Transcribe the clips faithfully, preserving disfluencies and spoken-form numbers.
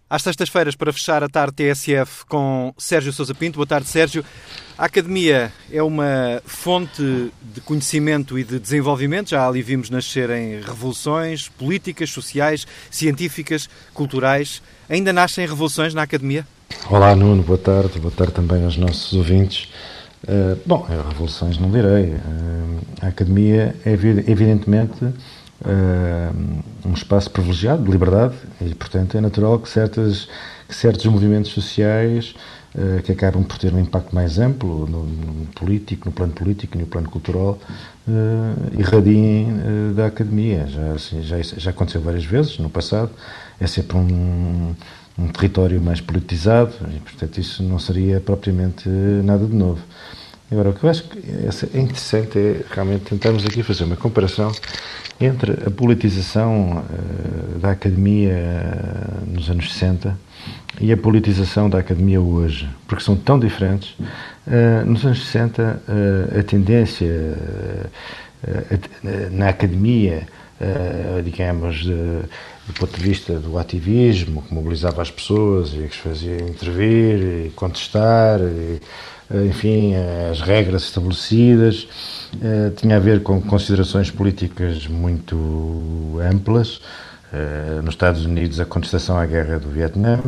Às sextas-feiras, para fechar a tarde T S F com Sérgio Sousa Pinto. Boa tarde, Sérgio. A academia é uma fonte de conhecimento e de desenvolvimento. Já ali vimos nascerem revoluções políticas, sociais, científicas, culturais. Ainda nascem revoluções na academia? Olá, Nuno. Boa tarde. Boa tarde também aos nossos ouvintes. Uh, bom, revoluções não direi. Uh, a academia é evidentemente uh, um espaço privilegiado de liberdade e, portanto, é natural que, certas, que certos movimentos sociais uh, que acabam por ter um impacto mais amplo no, no político, no plano político e no plano cultural uh, irradiem uh, da academia. Já, assim, já, já aconteceu várias vezes no passado. É sempre um, um território mais politizado e, portanto, isso não seria propriamente nada de novo. Agora, o que eu acho que é interessante é realmente tentarmos aqui fazer uma comparação entre a politização uh, da academia uh, nos anos sessenta e a politização da academia hoje, porque são tão diferentes. Uh, nos anos sessenta, uh, a tendência uh, uh, na academia, uh, digamos, de, do ponto de vista do ativismo, que mobilizava as pessoas e que os fazia intervir e contestar, e, enfim, as regras estabelecidas, eh, tinha a ver com considerações políticas muito amplas. Eh, nos Estados Unidos, a contestação à guerra do Vietnã,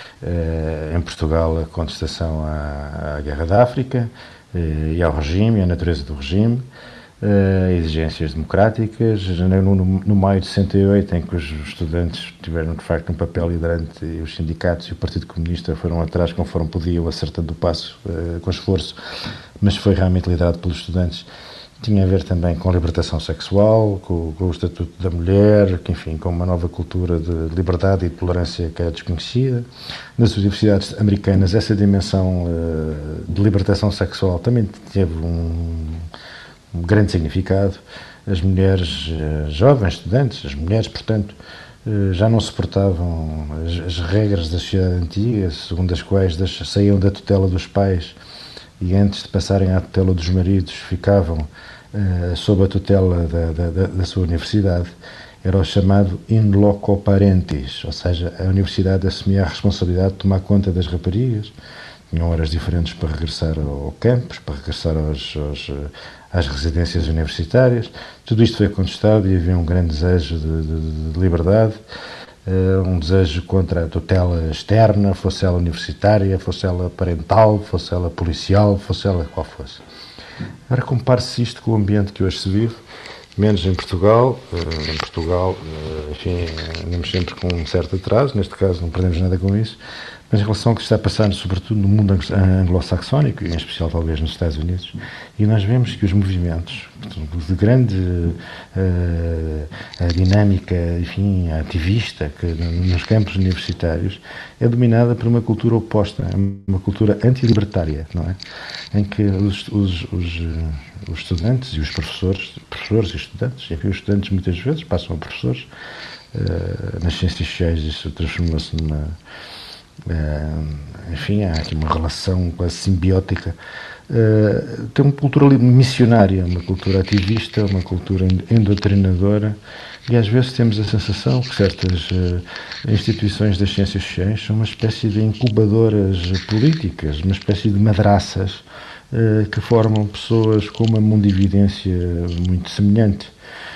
eh, em Portugal, a contestação à, à guerra da África eh, e ao regime, à natureza do regime, eh, exigências democráticas. No, no, no maio de sessenta e oito, em que os estudantes tiveram, de facto, um papel liderante, e os sindicatos e o Partido Comunista foram atrás conforme podiam, acertando o passo eh, com esforço, mas foi realmente liderado pelos estudantes. Tinha a ver também com a libertação sexual, com, com o estatuto da mulher, que, enfim, com uma nova cultura de liberdade e de tolerância que é desconhecida. Nas universidades americanas, essa dimensão uh, de libertação sexual também teve um, um grande significado. As mulheres uh, jovens, estudantes, as mulheres, portanto, uh, já não suportavam as, as regras da sociedade antiga, segundo as quais das, saíam da tutela dos pais e, antes de passarem à tutela dos maridos, ficavam uh, sob a tutela da, da, da sua universidade. Era o chamado in loco parentis, ou seja, a universidade assumia a responsabilidade de tomar conta das raparigas. Tinham horas diferentes para regressar ao campus, para regressar aos, aos, às residências universitárias. Tudo isto foi contestado e havia um grande desejo de, de, de liberdade. Uh, um desejo contra a tutela externa, fosse ela universitária, fosse ela parental, fosse ela policial, fosse ela qual fosse. Agora, compare-se isto com o ambiente que hoje se vive, menos em Portugal. Uh, em Portugal, uh, enfim, andamos sempre com um certo atraso, neste caso não perdemos nada com isso, mas em relação ao que está passando, sobretudo no mundo anglo-saxónico, e em especial talvez nos Estados Unidos, e nós vemos que os movimentos de grande uh, a dinâmica, enfim, ativista, que nos campos universitários é dominada por uma cultura oposta, uma cultura antilibertária, não é? Em que os, os, os, os estudantes e os professores, professores e estudantes, enfim, os estudantes muitas vezes passam a professores, uh, nas ciências sociais isso transformou-se numa Uh, enfim, há aqui uma relação quase simbiótica. Uh, tem uma cultura missionária, uma cultura ativista, uma cultura endoctrinadora, e às vezes temos a sensação que certas uh, instituições das ciências sociais são uma espécie de incubadoras políticas, uma espécie de madraças uh, que formam pessoas com uma mundividência muito semelhante.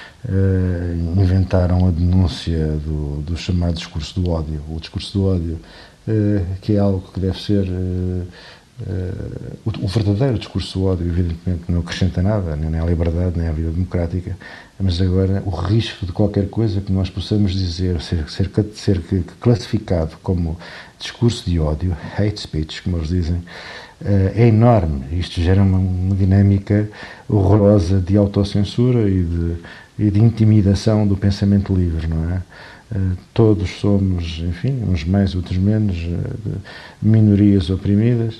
Uh, inventaram a denúncia do, do chamado discurso do ódio. O discurso do ódio, uh, que é algo que deve ser uh, uh, o, o verdadeiro discurso do ódio, evidentemente não acrescenta nada, nem à liberdade, nem à vida democrática, mas agora o risco de qualquer coisa que nós possamos dizer, ser, ser, ser classificado como discurso de ódio, hate speech, como eles dizem, uh, é enorme. Isto gera uma, uma dinâmica horrorosa de autocensura e de e de intimidação do pensamento livre, não é? Uh, todos somos, enfim, uns mais, outros menos, uh, minorias oprimidas,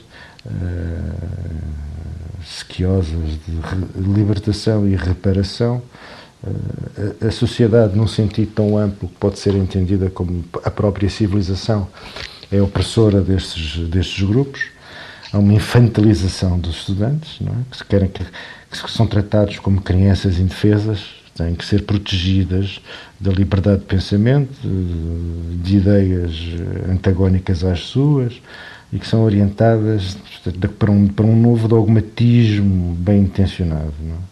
uh, sequiosas de libertação e reparação. Uh, a, a sociedade, num sentido tão amplo que pode ser entendida como a própria civilização, é opressora destes, destes grupos. Há uma infantilização dos estudantes, não é? Que, se querem, que, que são tratados como crianças indefesas, têm que ser protegidas da liberdade de pensamento, de ideias antagónicas às suas, e que são orientadas para um, para um novo dogmatismo bem intencionado. Não é?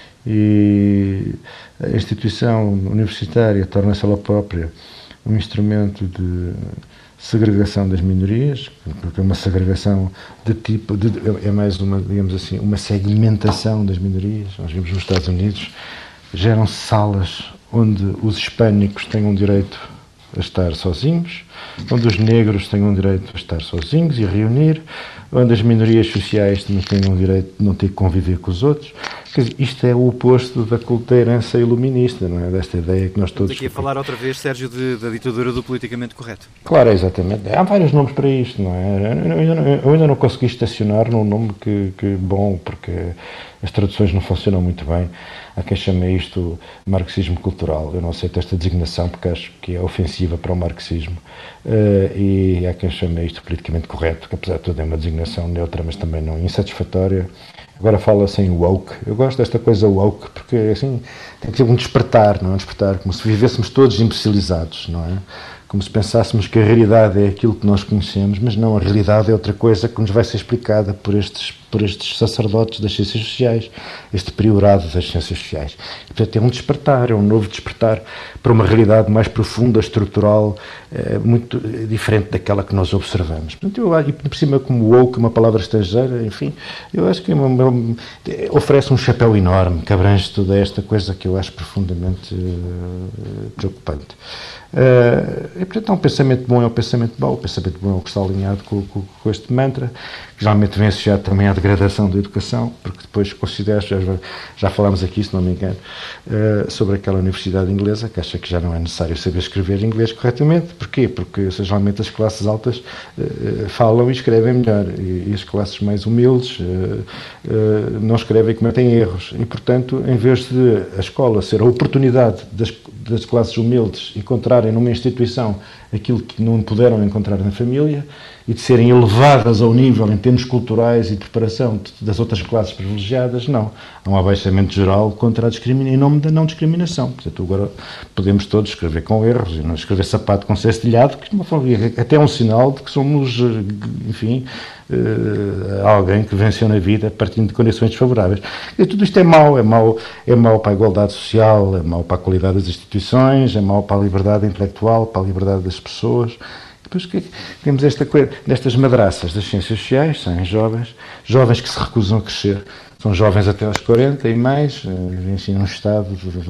E a instituição universitária torna-se ela própria um instrumento de segregação das minorias, porque é uma segregação de tipo, de, é mais uma, digamos assim, uma segmentação das minorias. Nós vimos nos Estados Unidos, geram-se salas onde os hispânicos têm um direito a estar sozinhos, onde os negros têm um direito a estar sozinhos e a reunir, onde as minorias sociais também têm um direito de não ter que conviver com os outros. Quer dizer, isto é o oposto da culta herança iluminista, não é? Desta ideia que nós todos... Estamos aqui a falar outra vez, Sérgio, de, da ditadura do politicamente correto. Claro, exatamente. Há vários nomes para isto, não é? Eu ainda não, eu ainda não consegui estacionar num nome que, que bom, porque as traduções não funcionam muito bem. Há quem chame isto marxismo cultural. Eu não aceito esta designação porque acho que é ofensiva para o marxismo. Uh, e há quem chame isto politicamente correto, que apesar de tudo é uma designação neutra, mas também não insatisfatória. Agora fala-se em woke. Eu gosto desta coisa woke porque assim tem que ser um despertar, não é? Um despertar, como se vivêssemos todos imbecilizados, não é? Como se pensássemos que a realidade é aquilo que nós conhecemos, mas não, a realidade é outra coisa que nos vai ser explicada por estes, por estes sacerdotes das ciências sociais, este priorado das ciências sociais. E, portanto, é um despertar, é um novo despertar para uma realidade mais profunda, estrutural, é, muito diferente daquela que nós observamos. Portanto, eu, e por cima, como woke, uma palavra estrangeira, enfim, eu acho que é uma, uma, oferece um chapéu enorme que abrange toda esta coisa que eu acho profundamente uh, preocupante. Uh, e, portanto, é um pensamento bom, é um pensamento mau. O pensamento bom é o que está alinhado com, com, com este mantra, que geralmente vem associado também à degradação da educação, porque depois considero, já, já falámos aqui, se não me engano, uh, sobre aquela universidade inglesa, que acha que já não é necessário saber escrever inglês corretamente. Porquê? Porque geralmente as classes altas uh, falam e escrevem melhor, e, e as classes mais humildes uh, uh, não escrevem e cometem erros. E, portanto, em vez de a escola ser a oportunidade das, das classes humildes encontrar numa instituição aquilo que não puderam encontrar na família e de serem elevadas ao nível em termos culturais e de preparação das outras classes privilegiadas, não. Há um abaixamento geral contra a discriminação, em nome da não discriminação. Portanto, agora podemos todos escrever com erros e não escrever sapato com cestilhado, que até é um sinal de que somos, enfim, uh, alguém que venceu na vida partindo de condições desfavoráveis. E tudo isto é mau, é mau, é mau para a igualdade social, é mau para a qualidade das instituições, é mau para a liberdade intelectual, para a liberdade das pessoas. Depois que temos esta coisa, destas madraças das ciências sociais, são jovens, jovens que se recusam a crescer, são jovens até aos quarenta e mais, vivem num estado,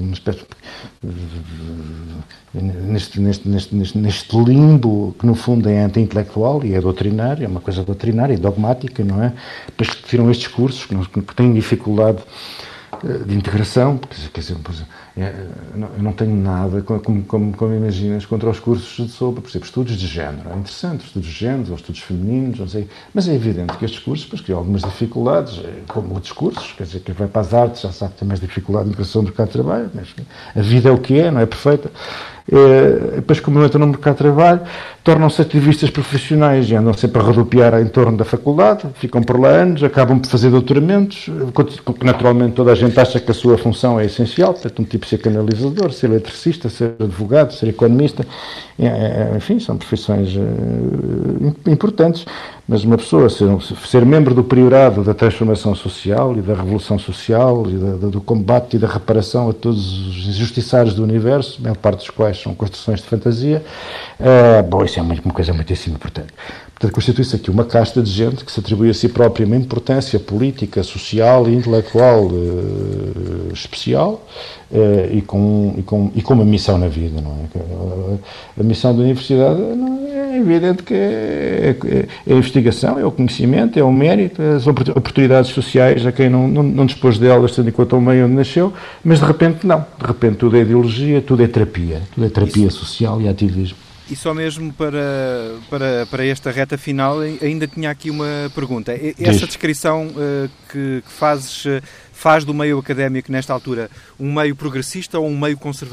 neste, neste, neste, neste, neste limbo que no fundo é anti-intelectual e é doutrinário, é uma coisa doutrinária e dogmática, não é? Depois que tiram estes cursos, que, não, que têm dificuldade de integração, quer dizer, eu não tenho nada, como, como, como imaginas, contra os cursos sobre, por exemplo, estudos de género. É interessante, estudos de género, ou estudos femininos, não sei, mas é evidente que estes cursos depois criam algumas dificuldades, como outros cursos, quer dizer, quem vai para as artes já sabe que tem mais dificuldade em integração do mercado de trabalho, mas a vida é o que é, não é perfeita. É, depois, como entram no mercado de trabalho, tornam-se ativistas profissionais e andam sempre a rodopiar em torno da faculdade, ficam por lá anos, acabam por fazer doutoramentos, porque naturalmente toda a gente acha que a sua função é essencial, portanto, um tipo ser canalizador, ser eletricista, ser advogado, ser economista, enfim, são profissões importantes, mas uma pessoa ser, ser membro do priorado da transformação social e da revolução social e da, do combate e da reparação a todos os injustiçados do universo, a maior parte dos quais são construções de fantasia, é, bom, isso é uma, uma coisa muitíssimo importante. Portanto, constitui-se aqui uma casta de gente que se atribui a si própria uma importância política, social e intelectual uh, especial uh, e, com, e, com, e com uma missão na vida, não é? A missão da universidade não é evidente que é, é, é a investigação, é o conhecimento, é o mérito, as oportunidades sociais a quem não, não, não dispôs delas, tendo em conta o meio onde nasceu, mas de repente não. De repente tudo é ideologia, tudo é terapia, tudo é terapia Isso. social e ativismo. E só mesmo para, para, para esta reta final, ainda tinha aqui uma pergunta. Essa Diz. descrição uh, que, que fazes, uh, faz do meio académico nesta altura um meio progressista ou um meio conservador?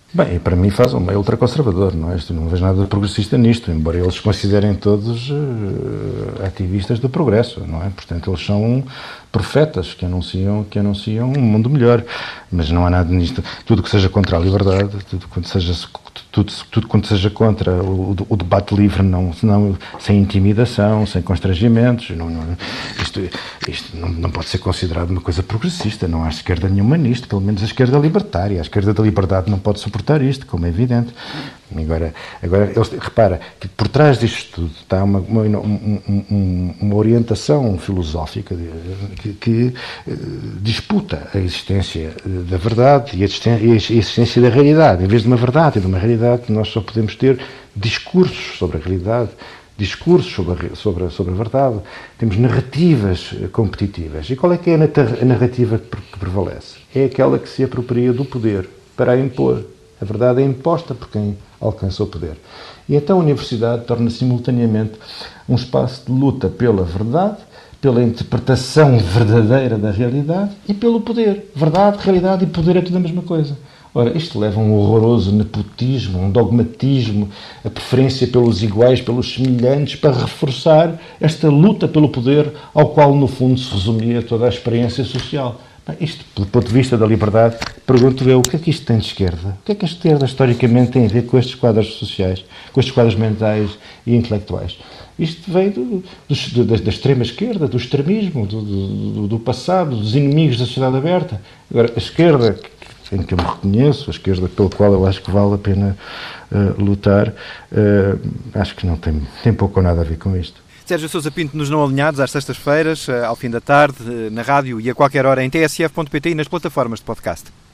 Bem, para mim faz um meio ultraconservador, não é? Isto, não vejo nada de progressista nisto, embora eles se considerem todos uh, ativistas do progresso, não é? Portanto, eles são profetas que anunciam, que anunciam um mundo melhor, mas não há nada nisto. Tudo que seja contra a liberdade, tudo quanto seja, tudo, tudo quanto seja contra o, o debate livre, não, não, sem intimidação, sem constrangimentos, não, não, isto, isto não, não pode ser considerado uma coisa progressista, não há esquerda nenhuma nisto, pelo menos a esquerda libertária, a esquerda da liberdade não pode suportar isto, como é evidente. Agora, agora eles, repara que por trás disto tudo está uma, uma, uma, uma orientação filosófica que, que uh, disputa a existência da verdade e a existência da realidade. Em vez de uma verdade e de uma realidade, nós só podemos ter discursos sobre a realidade, discursos sobre a, sobre a, sobre a verdade. Temos narrativas competitivas. E qual é que é a narrativa que prevalece? É aquela que se apropria do poder para a impor. A verdade é imposta por quem alcança o poder. E então a universidade torna-se simultaneamente um espaço de luta pela verdade, pela interpretação verdadeira da realidade e pelo poder. Verdade, realidade e poder é tudo a mesma coisa. Ora, isto leva a um horroroso nepotismo, um dogmatismo, a preferência pelos iguais, pelos semelhantes, para reforçar esta luta pelo poder ao qual, no fundo, se resumia toda a experiência social. Isto, do ponto de vista da liberdade, pergunto eu, o que é que isto tem de esquerda? O que é que a esquerda, historicamente, tem a ver com estes quadros sociais, com estes quadros mentais e intelectuais? Isto veio do, do, da, da extrema esquerda, do extremismo, do, do, do passado, dos inimigos da sociedade aberta. Agora, a esquerda, em que eu me reconheço, a esquerda pela qual eu acho que vale a pena uh, lutar, uh, acho que não tem, tem pouco ou nada a ver com isto. Sérgio Sousa Pinto nos Não Alinhados, às sextas-feiras, ao fim da tarde, na rádio e a qualquer hora em t s f ponto p t e nas plataformas de podcast.